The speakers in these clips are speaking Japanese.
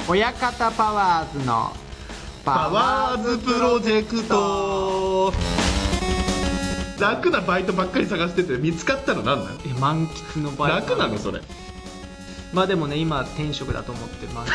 親方パワーズのパワーズプロジェクト。楽なバイトばっかり探してて見つかったのなんだ。 満喫のバイト。 楽なのそれ。 まあでもね、今転職だと思ってます。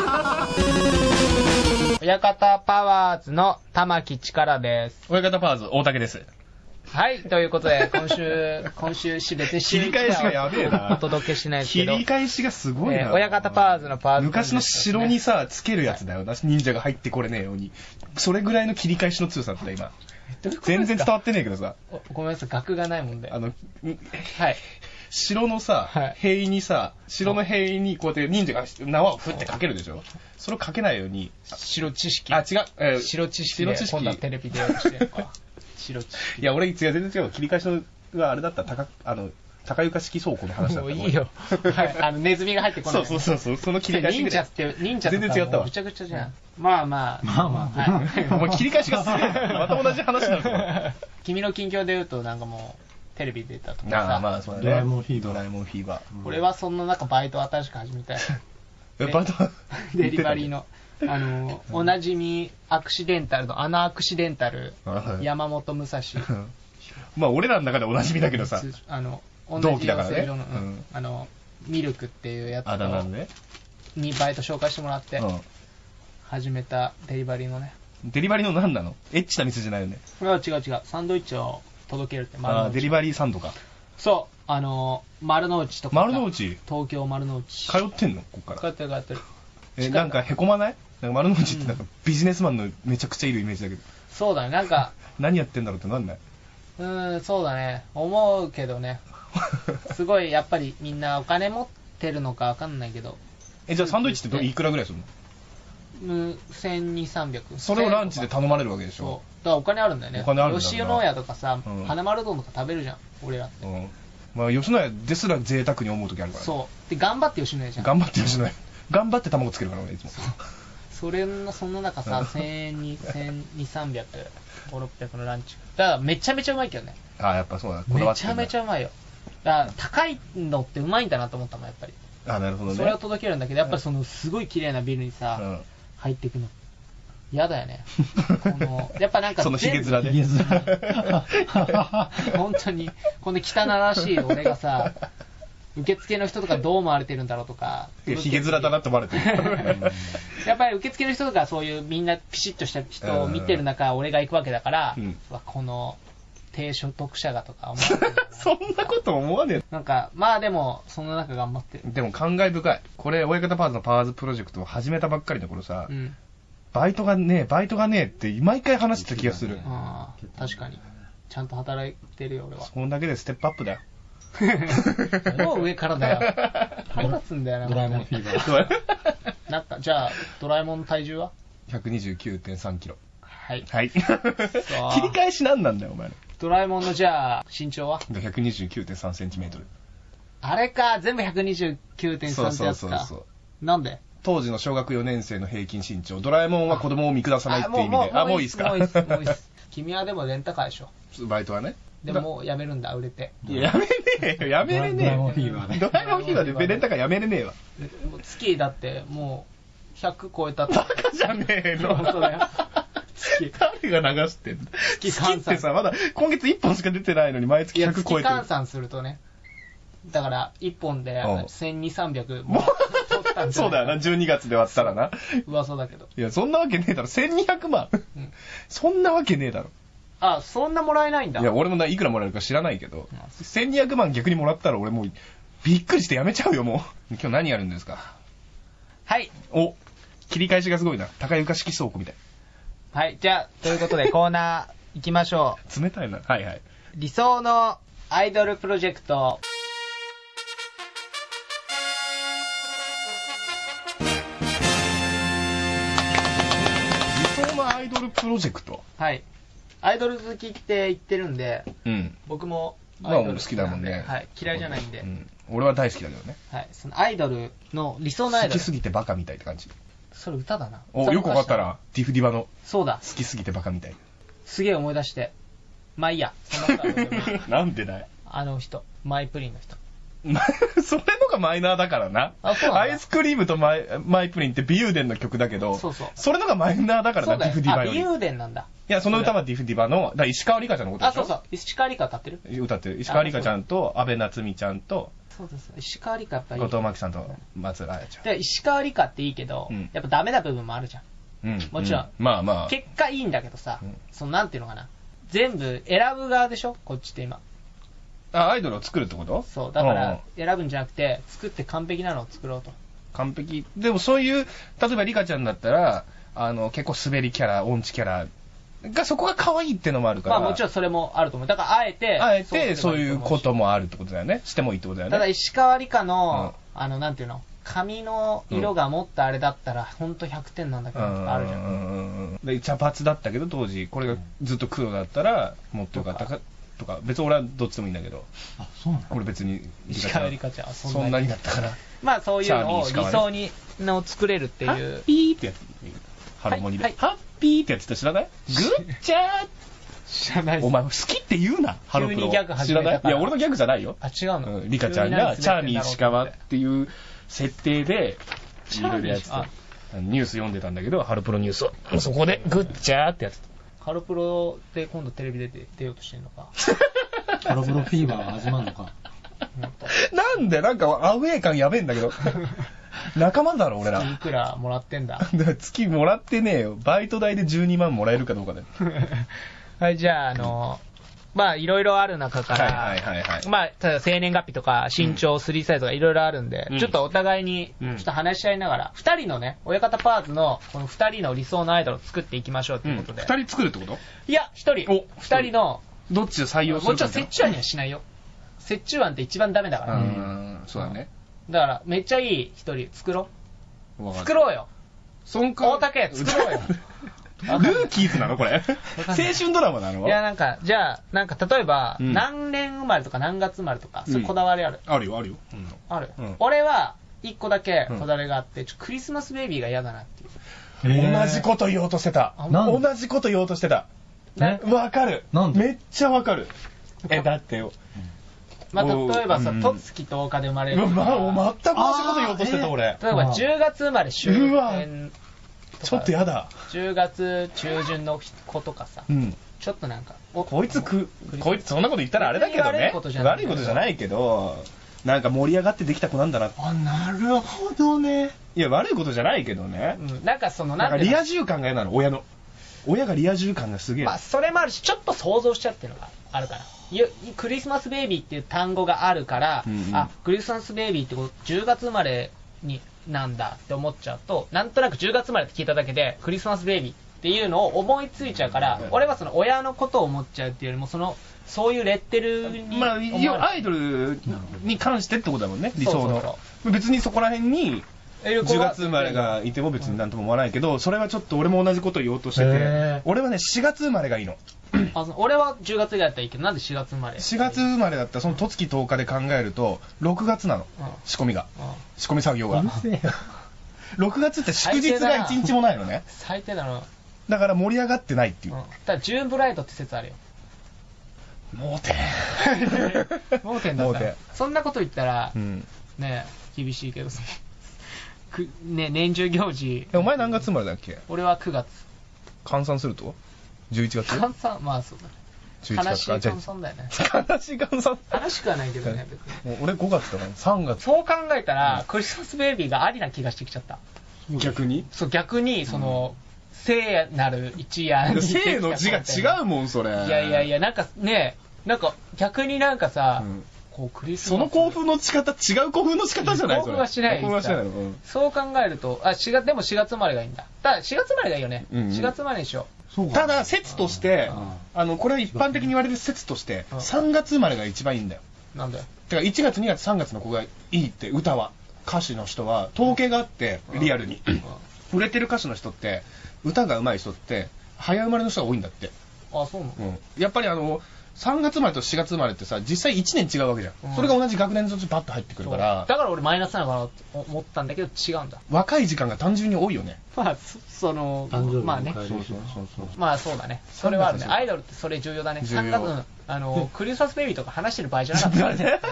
親方パワーズの玉木力です。 親方パワーズ大竹です。 はい、ということで今週しれて切り返しがやべえな。 お届けしないですけど、 切り返しがすごいな。 親方パワーズのパワーズ、 昔の城にさつけるやつだよな、忍者が入ってこれねえように。それぐらいの切り返しの強さだった今。全然伝わってねえけどさ。 ごめんなさい、額がないもんで。はい。 城のさ、塀にさ、城の塀にこうやって忍者が縄をふってかけるでしょ。それをかけないように。 城知識。 あ、違う。 城知識で今度はテレビでやるしてるか。白知識。 いや、俺、全然違う。切り返しはあれだったら、高床式倉庫の話だった。 もういいよ。はい。ネズミが入ってこない。 そう。その切り返し。 忍者全然違ったわ。ぐちゃぐちゃじゃん。まあ。 もう切り返しがすげえ。また同じ話になるから。 君の近況で言うと、なんかもう、テレビ出たとかさ。 まあ、そうだね。ドラえもんフィーバー。 俺はそんな中、バイト新しく始めたよ。 バイトデリバリーの。おなじみアクシデンタルのアクシデンタル、山本武蔵。 まあ俺らの中でおなじみだけどさ、同期だからね。 ミルクっていうやつにバイト紹介してもらって始めたデリバリーのね。 デリバリーの何なの？エッチな店じゃないよね。 違う。サンドイッチを届けるって。 デリバリーサンドか。 そう。丸の内とか。 丸の内？ 東京丸の内。 通ってんの？こっから。 通ってる。 なんかへこまない？なんか丸の内ってなんかビジネスマンのめちゃくちゃいるイメージだけど。 そうだね、なんか。 何やってんだろうってなんない？ そうだね。思うけどね。すごい、やっぱりみんなお金持ってるのかわかんないけど。 じゃあサンドイッチっていくらぐらいするの ？1200、300。 それをランチで頼まれるわけでしょ。 そう。だからお金あるんだよね。 お金あるんだよな。 吉野家とかさ、花丸丼とか食べるじゃん、俺らって。 まあ吉野家ですら贅沢に思う時あるからね。 そう。で、頑張って吉野家じゃん。 頑張って吉野家。頑張って卵つけるから俺いつも。 その中さ、1200、300、500、600のランチ。だからめちゃめちゃうまいけどね。 やっぱそうだ。 めちゃめちゃうまいよ。だから高いのってうまいんだなと思ったもん、やっぱり。 なるほどね。 それを届けるんだけど、やっぱりすごい綺麗なビルにさ、入っていくの。嫌だよね。やっぱなんかそのヒゲ面で。 本当に、この汚らしい俺がさ、受付の人とかどう思われてるんだろうとか。 ヒゲ面だなって思われてる。 やっぱり受付の人とかそういうみんなピシッとした人を見てる中、俺が行くわけだから、この低所得者がとか思ってる。 そんなこと思わねえ。 なんか、まあでも、その中頑張ってる。 でも感慨深い。これ、親方パワーズのパワーズプロジェクトを始めたばっかりの頃さ、バイトがねえって毎回話してた気がする。 確かに。ちゃんと働いてるよ、俺は。 そんだけでステップアップだよ。 もう上からだよ。腹立つんだよな。 ドラえもんフィーバー。 なった。じゃあ、ドラえもんの体重は 129.3 キロ。 はい。 切り返し何なんだよ、お前。 ドラえもんのじゃあ、身長は 129.3 センチメートル。 あれか、全部 129.3 ってやつか。そう。なんで当時の小学4年生の平均身長。ドラえもんは子供を見下さないって意味で。もういいっすか？もういいっす。 君はでもレンタカーでしょ。 バイトはね。 でももうやめるんだ、売れて。 やめれねえよ、やめれねえよ。ドラえもんフィーバーね。ドラえもんフィーバーでレンタカーやめれねえわ。 月だってもう100超えたって。 バカじゃねえの。 本当だよ。 誰が流してんの？月ってさ、まだ今月1本しか出てないのに毎月100超えてる。 月換算するとね。だから1本で1200、300も取ったんじゃない。 そうだよな、12月で割ったらな。 噂だけど。 いや、そんなわけねえだろ。1200万。そんなわけねえだろ。 そんなもらえないんだ。 いや、俺もいくらもらえるか知らないけど、1200万逆にもらったら俺もうびっくりしてやめちゃうよ、もう。今日何やるんですか？ はい。 切り返しがすごいな。高床式倉庫みたい。 はい、じゃあ、ということでコーナー行きましょう。冷たいな。はいはい。 理想のアイドルプロジェクト。 理想のアイドルプロジェクト。 はい。アイドル好きって言ってるんで、僕もアイドル好きだもんね。 はい、嫌いじゃないんで。 俺は大好きだけどね。 はい、そのアイドルの理想のアイドル。 好きすぎてバカみたいって感じ。 それ歌だな。 よくわかったら、ディフディバの。 そうだ。 好きすぎてバカみたい。 すげえ思い出して。まあいいや。そんなことはなんでだい？ あの人、マイプリンの人。 それのがマイナーだからな。アイスクリームとマイプリンってビューデンの曲だけど、それのがマイナーだからな、ディフディバより。 ビューデンなんだ。 いや、その歌はディフディバの、石川里香ちゃんのことでしょ。 そう。石川里香歌ってる？ 歌ってる。石川里香ちゃんと、安倍夏実ちゃんと、 そうです。石川里香やっぱり。 後藤真希さんと松浦彩ちゃん。 で、石川里香っていいけど、やっぱダメな部分もあるじゃん。もちろん。 まあ。 結果いいんだけどさ、なんていうのかな。全部選ぶ側でしょ？こっちって今。 アイドルを作るってこと？ そう、だから選ぶんじゃなくて、作って完璧なのを作ろうと。 完璧。でもそういう、例えばリカちゃんだったら、結構滑りキャラ、音痴キャラが、そこが可愛いってのもあるから。 まあもちろんそれもあると思う。だからあえてそういうこともあるってことだよね。してもいいってことだよね。 ただ石川里香の、なんていうの、髪の色がもっとあれだったら、ほんと100点なんだけど、あるじゃん。 で、茶髪だったけど、当時、これがずっと黒だったら、もっとよかったか。とか、別に俺はどっちでもいいんだけど。 あ、そうなの？ これ別に。 石川里香ちゃんはそんなにだったから。 まあそういうのを理想に作れるっていう。 ハッピーってやつ。ハロモニで。ハッピーってやつって知らない？グッチャー知らない。 お前好きって言うな、ハロプロ。 急にギャグ始めたから。 知らない？いや、俺のギャグじゃないよ。 あ、違うの？ リカちゃんがチャーミー石川っていう設定で、いろいろやってた。ニュース読んでたんだけど、ハロプロニュースを。そこで、グッチャーってやつ。 ハロプロで今度テレビ出ようとしてんのか。 ハロプロフィーバーが始まるのか。 なんでなんかアウェー感やべえんだけど。仲間だろ、俺ら。 月いくらもらってんだ。 月もらってねえよ。バイト代で12万もらえるかどうかだよ。 はい、じゃあ、まあ、いろいろある中から、まあ、ただ生年月日とか、身長、3サイズとかいろいろあるんで、ちょっとお互いに、ちょっと話し合いながら、2人のね、親方パーツの、この2人の理想のアイドルを作っていきましょうということで。 2人作るってこと？ いや、1人。2人の、 どっちで採用する？ もちろん折衷案にはしないよ。折衷案って一番ダメだから。 そうだね。 だから、めっちゃいい1人作ろう。作ろうよ。大竹、作ろうよ。 ルーキーズなのこれ。青春ドラマなの？ いや、なんか、じゃあ、なんか、例えば、何年生まれとか何月生まれとか、そういうこだわりある？ あるよ。 ある。俺は、1個だけこだわりがあって、クリスマスベイビーが嫌だなっていう。 同じこと言おうとしてた。同じこと言おうとしてた。わかる。めっちゃわかる。だってよ。 まあ、例えばさ、十月10日で生まれる。 全く同じこと言おうとしてた、俺。 例えば、10月生まれ終年。 ちょっとやだ。 10月中旬の子とかさ、ちょっとなんか、 こいつそんなこと言ったらあれだけどね。悪いことじゃないけど、なんか盛り上がってできた子なんだな。 あ、なるほどね。 いや、悪いことじゃないけどね。 なんかなんかリア充感が嫌なの、親の。親がリア充感がすげえ。 まあ、それもあるし、ちょっと想像しちゃうっていうのがあるから。クリスマスベイビーっていう単語があるから、あ、クリスマスベイビーって10月生まれに、なんだって思っちゃうと、なんとなく10月生まれって聞いただけで、クリスマスベイビーっていうのを思いついちゃうから、俺はその親のことを思っちゃうっていうよりも、そういうレッテルに。 まあ、アイドルに関してってことだもんね、理想の。別にそこら辺に、10月生まれがいても別になんとも思わないけど、それはちょっと俺も同じこと言おうとしてて、俺はね、4月生まれがいいの。 俺は10月以外だったらいいけど、なんで4月生まれ ？4月生まれだったら、その十月10日で考えると、6月なの。仕込みが。仕込み作業が。6月って祝日が1日もないのね。 最低だな。 だから盛り上がってないっていう。 ただ、ジューンブライドって説あるよ。 盲点。 盲点だった。そんなこと言ったら、ね、厳しいけどさ。ね、年中行事。 お前何月生まれだっけ？ 俺は9月。 換算すると11月？ 換算、まあそうだね。悲しい換算だよね。 悲しい換算？ 悲しくはないけどね、別に。俺5月だから3月。 そう考えたら、クリスマスベイビーがありな気がしてきちゃった。 逆に？ そう、逆に、聖なる一夜に。 聖の字が違うもん、それ。 いや、なんかね、なんか逆になんかさ、クリスマス。 その興奮の仕方、違う興奮の仕方じゃない？ 興奮はしない。興奮はしないの。そう考えると、でも4月生まれがいいんだ。4月生まれがいいよね。4月生まれにしよう。ただ、説として、これは一般的に言われる説として、3月生まれが一番いいんだよ。 なんだよ。 てか、1月、2月、3月の子がいいって、歌は。歌手の人は、統計があって、リアルに。売れてる歌手の人って、歌が上手い人って、早生まれの人が多いんだって。 あ、そうなの？ やっぱり3月生まれと4月生まれってさ、実際1年違うわけじゃん。それが同じ学年ずつバッと入ってくるから。 だから俺マイナスなのかなと思ったんだけど違うんだ。 若い時間が単純に多いよね。 まあ、まあね。まあそうだね。それはあるね。アイドルってそれ重要だね。3月、クリスマスベイビーとか話してる場合じゃなかったね。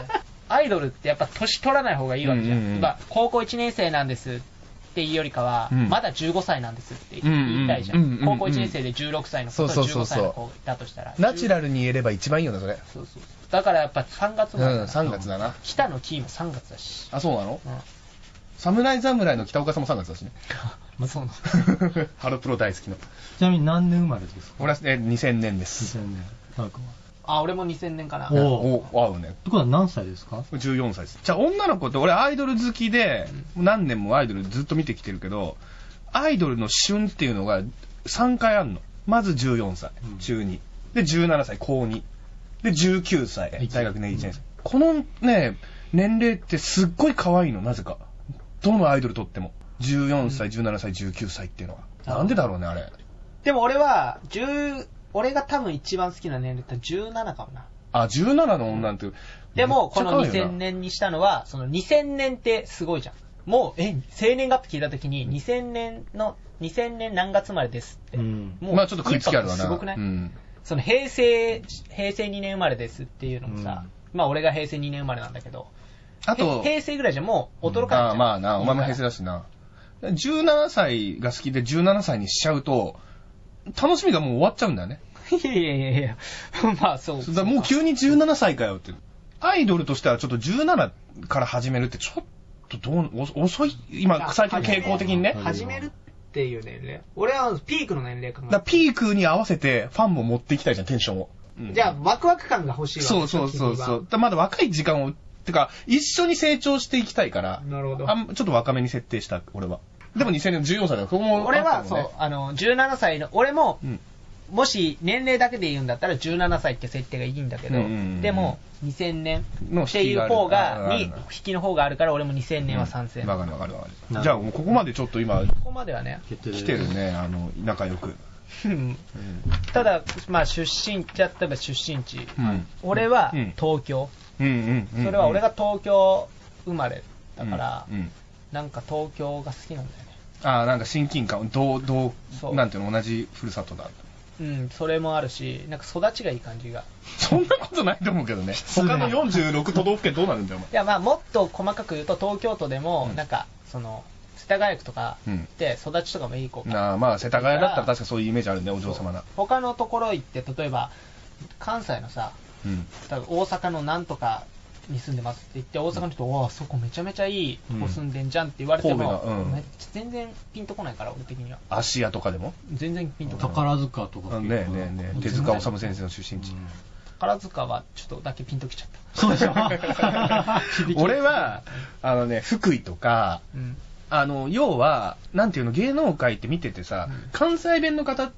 アイドルってやっぱ年取らない方がいいわけじゃん。まあ、高校1年生なんですっていうよりかは、まだ15歳なんですって言いたいじゃん。高校1年生で16歳の子と15歳の子だとしたら。 ナチュラルに言えれば一番いいよな、それ。 そうそう。だからやっぱ3月だな。 3月だな。 北のキーも3月だし。 あ、そうなの？侍侍の北岡さんも3月だしね。 まあそうなの。 ハロプロ大好きの。 ちなみに何年生まれですか？ 俺は2000年です。 2000年。ター君は？ あ、俺も2000年かな。 お、合うね。 ってことは何歳ですか ？14歳です。じゃあ女の子って俺アイドル好きで、何年もアイドルずっと見てきてるけど、アイドルの旬っていうのが3回あるの。まず14歳、中2。で、17歳、高2。で、19歳、大学年1年生。このね、年齢ってすっごい可愛いの、なぜか。どのアイドルとっても。14歳、17歳、19歳っていうのは。なんでだろうね、あれ。 でも俺は、俺が多分一番好きな年齢って17かもな。 あ、17の女って。 でも、この2000年にしたのは、その2000年ってすごいじゃん。もう、生年月日聞いたときに、2000年何月生まれですって。 もうまあちょっと食いつきあるわな。 すごくない？その平成2年生まれですっていうのもさ、まあ俺が平成2年生まれなんだけど、あと平成ぐらいじゃもう驚かないじゃん。 まあな、お前も平成だしな。17歳が好きで17歳にしちゃうと、楽しみがもう終わっちゃうんだよね。 いや。まあそう。 だもう急に17歳かよって。アイドルとしてはちょっと17から始めるってちょっと遅い、今、最近傾向的にね。 始めるっていう年齢。俺はピークの年齢考えて。 だピークに合わせてファンも持っていきたいじゃん、テンションを。 じゃあ、ワクワク感が欲しいわけ。 そう。まだ若い時間を、てか、一緒に成長していきたいから。 なるほど。 ちょっと若めに設定した、俺は。でも2000年14歳だから、 俺は、そう、17歳の、俺も、もし年齢だけで言うんだったら17歳って設定がいいんだけど、でも2000年っていう方が、引きの方があるから俺も2000年は賛成。 わかる。じゃあもうここまでちょっと今、ここまではね、 来てるね、仲良く。 ただ、まあ例えば出身地、俺は東京。それは俺が東京生まれだから、なんか東京が好きなんだよね。 ああ、なんか親近感、なんていうの、同じふるさとだ。 それもあるし、なんか育ちがいい感じが。 そんなことないと思うけどね。他の46都道府県どうなるんだよ、お前。 いや、まあもっと細かく言うと、東京都でも、なんか、世田谷区とかで育ちとかもいい子が。 まあ、世田谷だったら確かそういうイメージあるね、お嬢様な。 他のところ行って、例えば、関西のさ、大阪のなんとかに住んでますって言って、大阪の人、わあ、そこめちゃめちゃいいとこ住んでんじゃんって言われても、全然ピンとこないから、俺的には。 芦屋とかでも全然ピンとこない。 宝塚とか。 ねえ、手塚治虫先生の出身地。 宝塚はちょっとだけピンときちゃった。 そうでしょ俺は、福井とか、要は、なんていうの、芸能界って見ててさ、関西弁の方って、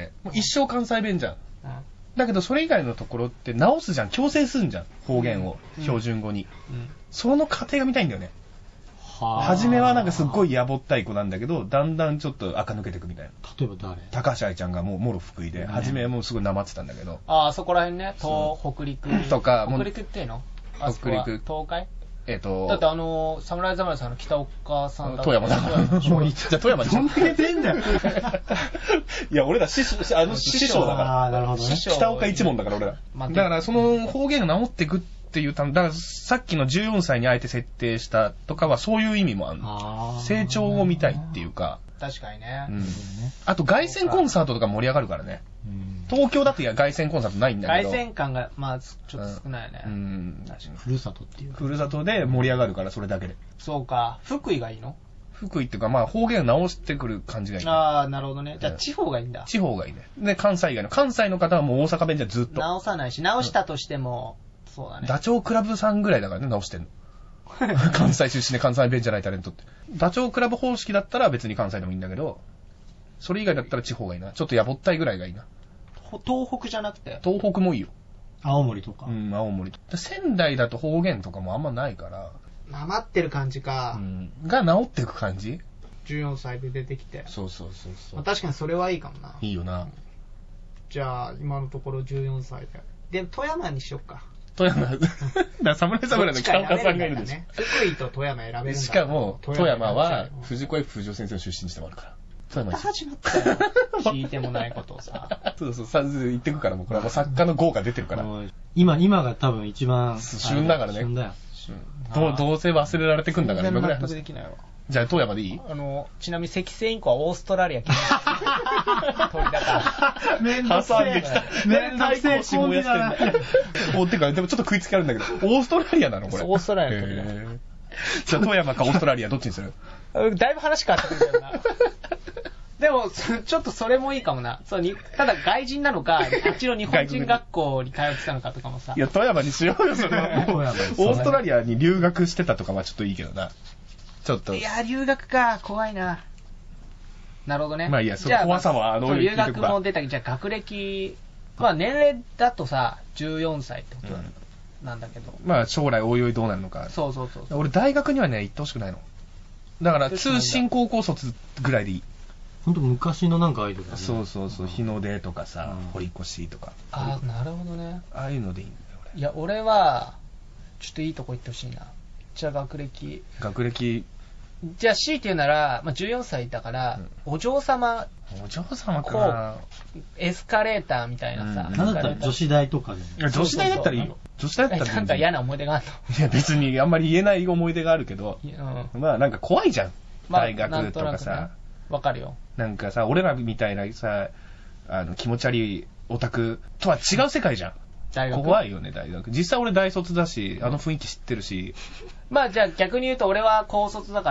もう一生関西弁じゃん。だけどそれ以外のところって直すじゃん、強制すんじゃん、方言を、標準語に。その過程が見たいんだよね。初めはなんかすっごいやぼったい子なんだけど、だんだんちょっと垢抜けていくみたいな。 例えば誰？ 高橋愛ちゃんがもうもろ福井で、初めはもうすごいなまってたんだけど。 あそこら辺ね、北陸。 とか、 北陸っていうの？ 北陸。 東海？ だって侍侍さんの北岡さんだ。 富山だ。もうじゃあ富山でしょ。 どんだけ出んだよ。 いや、俺ら師匠だから。 ああ、なるほどね。 北岡一門だから俺ら。だからその方言が治っていくっていうだからさっきの14歳にあえて設定したとかはそういう意味もあるの。成長を見たいっていうか。 確かにね。 あと凱旋コンサートとか盛り上がるからね。東京だと凱旋コンサートないんだけど。 凱旋感が、まあ、ちょっと少ないね。 ふるさとっていう。 ふるさとで盛り上がるから、それだけで。 そうか。福井がいいの？ 福井っていうか、まあ、方言を直してくる感じがいい。 ああ、なるほどね。じゃあ、地方がいいんだ。 地方がいいね。で、関西以外の。関西の方はもう大阪弁じゃずっと。 直さないし、直したとしても、そうだね。 ダチョウ倶楽部さんぐらいだからね、直してんの。関西出身で関西弁じゃないタレントって。ダチョウ倶楽部方式だったら別に関西でもいいんだけど、それ以外だったら地方がいいな。ちょっとやぼったいぐらいがいいな。 東北じゃなくて？ 東北もいいよ。 青森とか。 青森。仙台だと方言とかもあんまないから。 なまってる感じか。 が治っていく感じ？ 14 歳で出てきて。 そう。 まあ、確かにそれはいいかもな。 いいよな。 じゃあ、今のところ14歳で。で、富山にしよっか。 富山。侍侍の北岡さんがいるでしょ。 福井と富山選べるんだ。 しかも、富山は藤子 F 不二雄先生の出身地でもあるから。 また始まったよ。聞いてもないことをさ。 そう、言ってくから、もうこれはもう作家の号が出てるから。 今が多分一番旬だからね。 どうせ忘れられてくんだから今ぐらい話できないわ。 じゃあ、富山でいい？ ちなみに赤星インコはオーストラリア鳥だから。 めんどくせえ。めんどくせえコンビだな。 てか、でもちょっと食いつきあるんだけど、オーストラリアなのこれ。 オーストラリアの鳥だ。 じゃあ、富山かオーストラリアどっちにする？ だいぶ話変わってくるんだよな。でも、ちょっとそれもいいかもな。ただ外人なのか、あっちの日本人学校に通ってたのかとかもさ。 いや、富山にしようよ、それは。オーストラリアに留学してたとかはちょっといいけどな。ちょっと。 いや、留学か、怖いな。なるほどね。 まあいいや、その怖さは、 留学も出たけど、じゃあ学歴、まあ年齢だとさ、14歳ってことなんだけど。 まあ将来おいおいどうなるのか。 そう。 俺大学にはね、行ってほしくないの。だから通信高校卒ぐらいでいい。 ほんと昔のなんかアイドルだね。 そう、日の出とかさ、堀越とか。 ああ、なるほどね。 ああいうのでいいんだよ、 俺。いや、俺は、ちょっといいとこ行ってほしいな。じゃあ学歴。じゃあ C っていうなら、まあ、14歳だから、お嬢様か。 エスカレーターみたいなさ。 なんだったら女子大とかで。 女子大だったらいいよ。女子大だったらなんか嫌な思い出があるの？いや別にあんまり言えない思い出があるけど、まあなんか怖いじゃん。大学とかさ。 わかるよ。 なんかさ、俺らみたいなさ、気持ち悪いオタクとは違う世界じゃん。怖いよね、大学。実際俺大卒だし、雰囲気知ってるし。 まあじゃあ逆に言うと俺は高卒だから。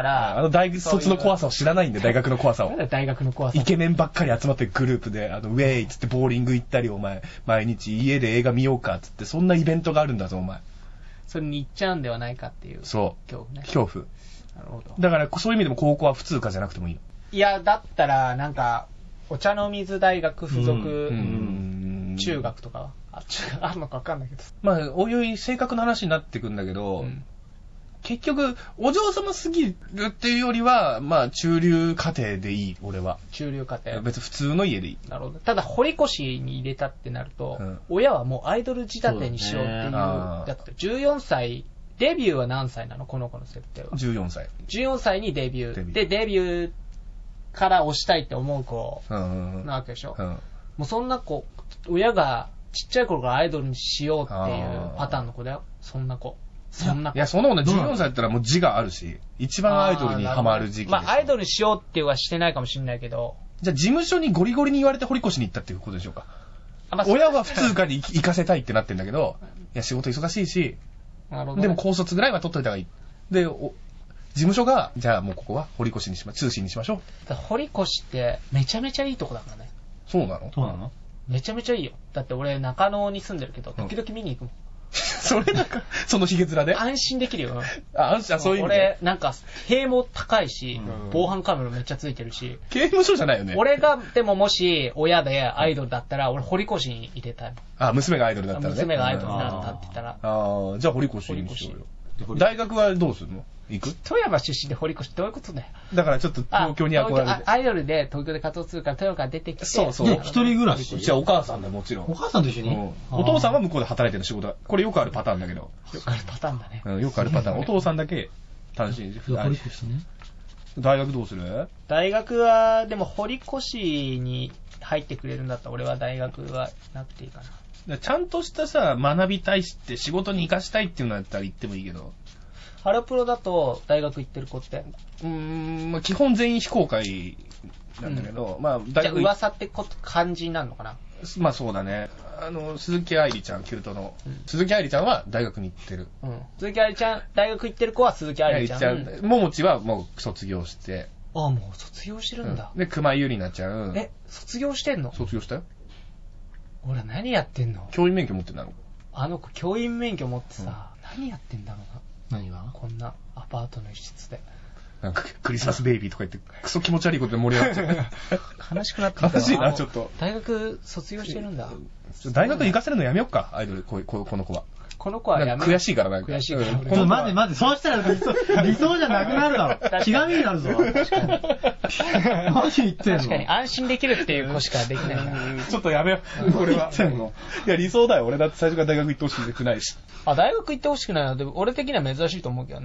大卒の怖さを知らないんで、大学の怖さを。 なんだ大学の怖さ。 イケメンばっかり集まってグループで、ウェイっつってボーリング行ったり、お前、毎日家で映画見ようかっつって、そんなイベントがあるんだぞ、お前。 それに行っちゃうんではないかっていう。 そう。 恐怖ね。 恐怖。なるほど。だからそういう意味でも高校は普通科じゃなくてもいいの。 いや、だったら、なんか、お茶の水大学附属中学とかあるのか分かんないけど。 まあ、おいおい正確な話になってくんだけど、結局、お嬢様すぎるっていうよりは、まあ、中流家庭でいい、俺は。 中流家庭。 別に普通の家でいい。 なるほど。ただ、堀越に入れたってなると、親はもうアイドル仕立てにしようっていう、だって14歳、デビューは何歳なのこの子の設定は。 14歳。 14歳にデビュー。で、デビューから推したいって思う子なわけでしょ。もうそんな子、親がちっちゃい頃からアイドルにしようっていうパターンの子だよ。そんな子。 いや、そんな子ね、14歳だったらもう自我あるし、一番アイドルにハマる時期。 まあ、アイドルにしようっていうはしてないかもしれないけど。 じゃあ、事務所にゴリゴリに言われて堀越に行ったっていうことでしょうか。親は普通科に行かせたいってなってんだけど、いや、仕事忙しいし、でも高卒ぐらいは取っといた方がいい。で、事務所が、じゃあもうここは堀越に通信にしましょう。 堀越ってめちゃめちゃいいとこだからね。 そうなの？ そうなの？ めちゃめちゃいいよ。だって俺中野に住んでるけど、時々見に行くもん。 それなんか、そのヒゲ面で安心できるよ。 そういう意味で。 俺、なんか、塀も高いし、防犯カメラめっちゃついてるし。 刑務所じゃないよね。 俺が、でももし、親でアイドルだったら、俺、堀越に入れたい。 娘がアイドルだったらね。 娘がアイドルだったって言ったら。 じゃあ堀越にしようよ。大学はどうするの？行く？ 富山出身で堀越どういうことだよ。 だからちょっと東京に憧れて。 アイドルで東京で活動するから富山から出てきて。 そう。一人暮らし。 じゃあお母さんだもちろん。 お母さんと一緒に？ お父さんは向こうで働いてる仕事だ。これよくあるパターンだけど。 よくあるパターンだね。 よくあるパターン。お父さんだけ単身。 堀越ね。 大学どうする？ 大学は、でも堀越に入ってくれるんだったら俺は大学はなくていいかな。 ちゃんとしたさ、学びたいしって仕事に活かしたいっていうのだったら行ってもいいけど。 ハロプロだと大学行ってる子って？ まあ、基本全員非公開なんだけど、まあ大学。じゃあ噂って感じになるのかな？ まあそうだね。鈴木愛理ちゃん、キュルトの。鈴木愛理ちゃんは大学に行ってる。 鈴木愛理ちゃん、大学行ってる子は鈴木愛理ちゃん。 ももちはもう卒業して。 ああ、もう卒業してるんだ。 で、熊井ゆりなちゃん。 卒業してんの？ 卒業したよ。 俺何やってんの？ 教員免許持ってんだろ。 あの子教員免許持ってさ、何やってんだろうな。 何が？ こんなアパートの一室で。 なんかクリスマスベイビーとか言ってクソ気持ち悪いことで盛り上がっちゃう。 悲しくなってきた。 悲しいな、ちょっと。 大学卒業してるんだ。 大学行かせるのやめよっか、アイドル、この子は。 この子はやめ悔しいからなんか。 悔しいから。 待て、そうしたら理想じゃなくなるだろ。気がみになるぞ。確かに。マジ言ってんの？ 確かに安心できるっていう子しかできないな。 ちょっとやめよう、これは。いや、理想だよ。俺だって最初から大学行ってほしくないし。 大学行ってほしくないので、俺的には珍しいと思うけどね。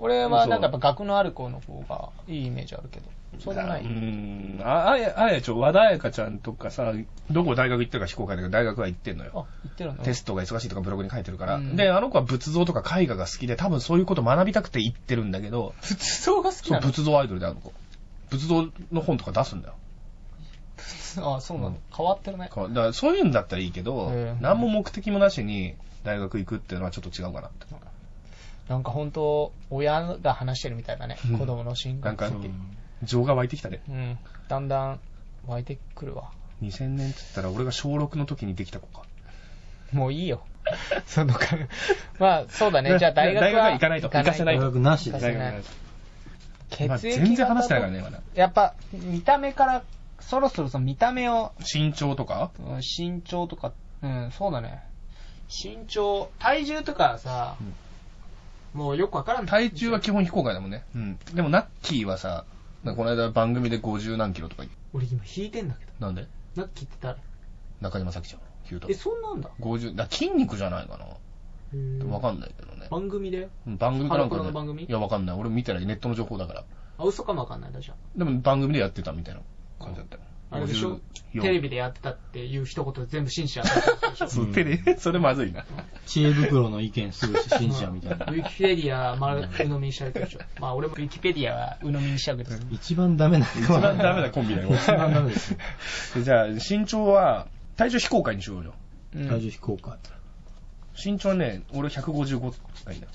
俺はなんかやっぱ学のある子の方がいいイメージあるけど、そうでもない。 あや和田彩香ちゃんとかさ、どこ大学行ってるか非公開だけど大学は行ってんのよ。 あ、行ってるんだ。 テストが忙しいとかブログに書いてるから。で、あの子は仏像とか絵画が好きで、多分そういうこと学びたくて行ってるんだけど。 仏像が好きなの？ そう、仏像アイドルである子。仏像の本とか出すんだよ。 あ、そうなの。変わってるね。 だからそういうんだったらいいけど、何も目的もなしに大学行くっていうのはちょっと違うかなって。 なんか本当親が話してるみたいだね。子供の進学先。 情が湧いてきたね。 だんだん湧いてくるわ。 2000年って言ったら俺が小6の時にできた子か。 もういいよ。そのか、まあそうだね。じゃあ大学は行かないと。行かせないと。 大学なしで。 血液全然話してないからね、まだ。 やっぱ見た目からそろそろその見た目を。 身長とか？ 身長とか、そうだね。身長、体重とかさ、もうよくわからん。 体重は基本非公開だもんね。でもナッキーはさ、この間番組で50何キロとか言って。 俺今引いてんだけど。 なんで？ ナッキーって誰？ 中島咲ちゃん。ヒュート。 そんなんだ。 50、筋肉じゃないかな。わかんないけどね。 番組で？ 番組かなんかの番組？ いや、わかんない。俺見たらネットの情報だから。 あ、嘘かもわかんないだじゃん。 でも番組でやってたみたいな感じだったよ。 あれでしょ？テレビでやってたっていう一言で全部信じちゃったでしょ？ そう、テレビそれまずいな。 知恵袋の意見すぐ信じちゃうみたいな。 ウィキペディア丸鵜呑みにしちゃうでしょ？まあ俺もウィキペディアは鵜呑みにしちゃうけど。 一番ダメな。 一番ダメなコンビだよ。 一番ダメです。 じゃあ身長は体重非公開にしようよ。 体重非公開。 身長はね、俺155がいいな。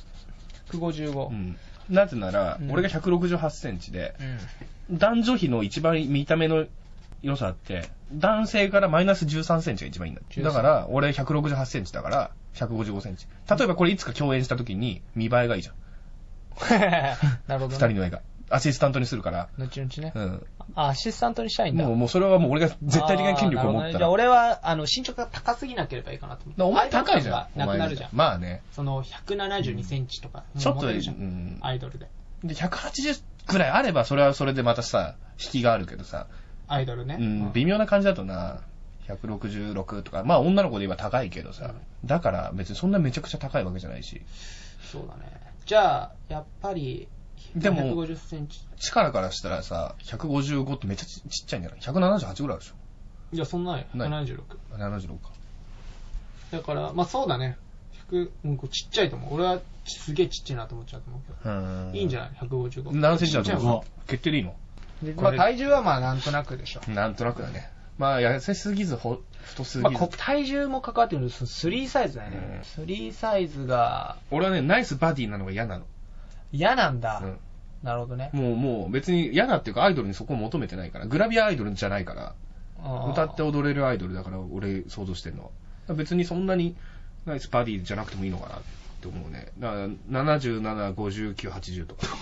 155。 なぜなら、俺が168センチで、男女比の一番見た目の良さって、男性からマイナス13センチが一番いいんだ。だから、俺168センチだから、155センチ。例えばこれいつか共演した時に見栄えがいいじゃん。 なるほど、ね。 二人の絵が。アシスタントにするから。 後々ね。アシスタントにしたいんだ。 もうそれはもう俺が絶対的な権力を持ったら。 じゃあ俺は、身長が高すぎなければいいかなと思って。 お前高いじゃん。 なくなるじゃん。 まあね。 その172センチとか。 ちょっと、 アイドルで。 で、180くらいあれば、それはそれでまたさ、引きがあるけどさ。 アイドルね。 微妙な感じだとな、166とか、まあ女の子で言えば高いけどさ。だから別にそんなめちゃくちゃ高いわけじゃないし。 そうだね。じゃあ、やっぱり、 でも、 150センチ。 力からしたらさ、155ってめっちゃちっちゃいんじゃない？ 178 ぐらいあるでしょ。 いや、そんなよ。76。 76か。 だから、まあそうだね。ちっちゃいと思う。俺はすげえちっちゃいなと思っちゃうと思うけど。いいんじゃない ?155。 何センチだと思う？決定でいいの？ まあ体重はまあなんとなくでしょ。 なんとなくだね。まあ痩せすぎず太すぎず。 まあ体重も関わってくると3サイズだよね。3サイズが。 俺はね、ナイスバディなのが嫌なの。 嫌なんだ。なるほどね。 もう別に嫌だっていうかアイドルにそこを求めてないから。グラビアアイドルじゃないから。歌って踊れるアイドルだから俺想像してるのは。別にそんなにナイスバディじゃなくてもいいのかなって思うね。だから77、59、80とか。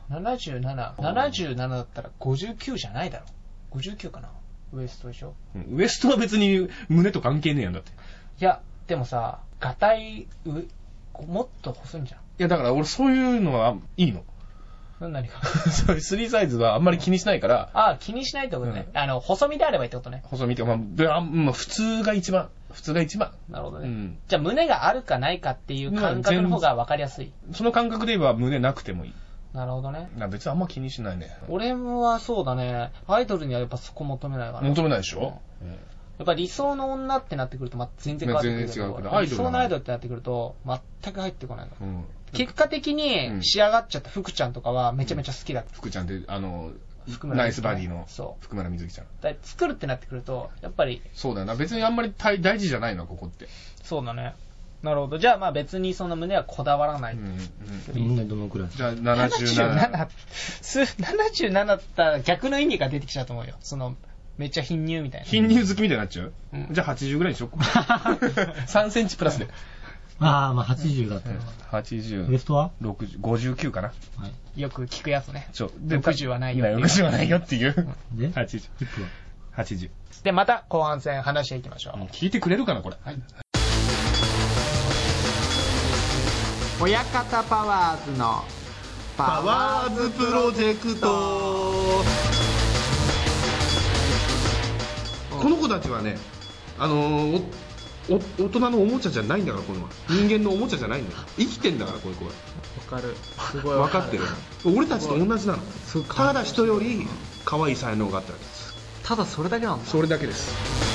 77だったら59じゃないだろ。59かな。ウエストでしょ。 ウエストは別に胸と関係ねえやんだって。 いや、でもさ、ガタイ、もっと細いんじゃん。いや、だから俺そういうのはいいの。 何か。 そういう3サイズはあんまり気にしないから。 あ、気にしないってことね。細身であればいいってことね。 細身ってまあ、普通が一番。 なるほどね。じゃあ胸があるかないかっていう感覚の方が分かりやすい。 その感覚で言えば胸なくてもいい。 なるほどね。 別にあんま気にしないね。 俺はそうだね。アイドルにはやっぱそこ求めないから。 求めないでしょ？ やっぱ理想の女ってなってくると全然変わってくるけど。理想のアイドルってなってくると全く入ってこないから。結果的に仕上がっちゃった福ちゃんとかはめちゃめちゃ好きだった。 福ちゃんってナイスバディの福村瑞希ちゃん。 作るってなってくるとやっぱり。 そうだよな。別にあんまり大事じゃないのここって。 そうだね。なるほど。じゃあまあ別にその胸はこだわらない。 胸どのくらい？ じゃあ77。 77だったら逆の意味が出てきちゃうと思うよ。めっちゃ貧乳みたいな。 貧乳好きみたいになっちゃう？じゃあ80ぐらいにしよっか。3センチプラスで。 まあ80だったら。 80。 ウエストは 59かな。 よく聞くやつね。 で 60はないよ。 60はないよっていう。 で ?80。80。 で、また後半戦話していきましょう。 聞いてくれるかなこれ。はい。 親方パワーズのパワーズプロジェクト。この子たちはね、大人のおもちゃじゃないんだから、この人間のおもちゃじゃないんだよ。生きてんだから、この子は。 かる。すごい分かってる。俺たちと同じなの。ただ人より可愛い才能があったわけです。 ただそれだけなんだ。 それだけです。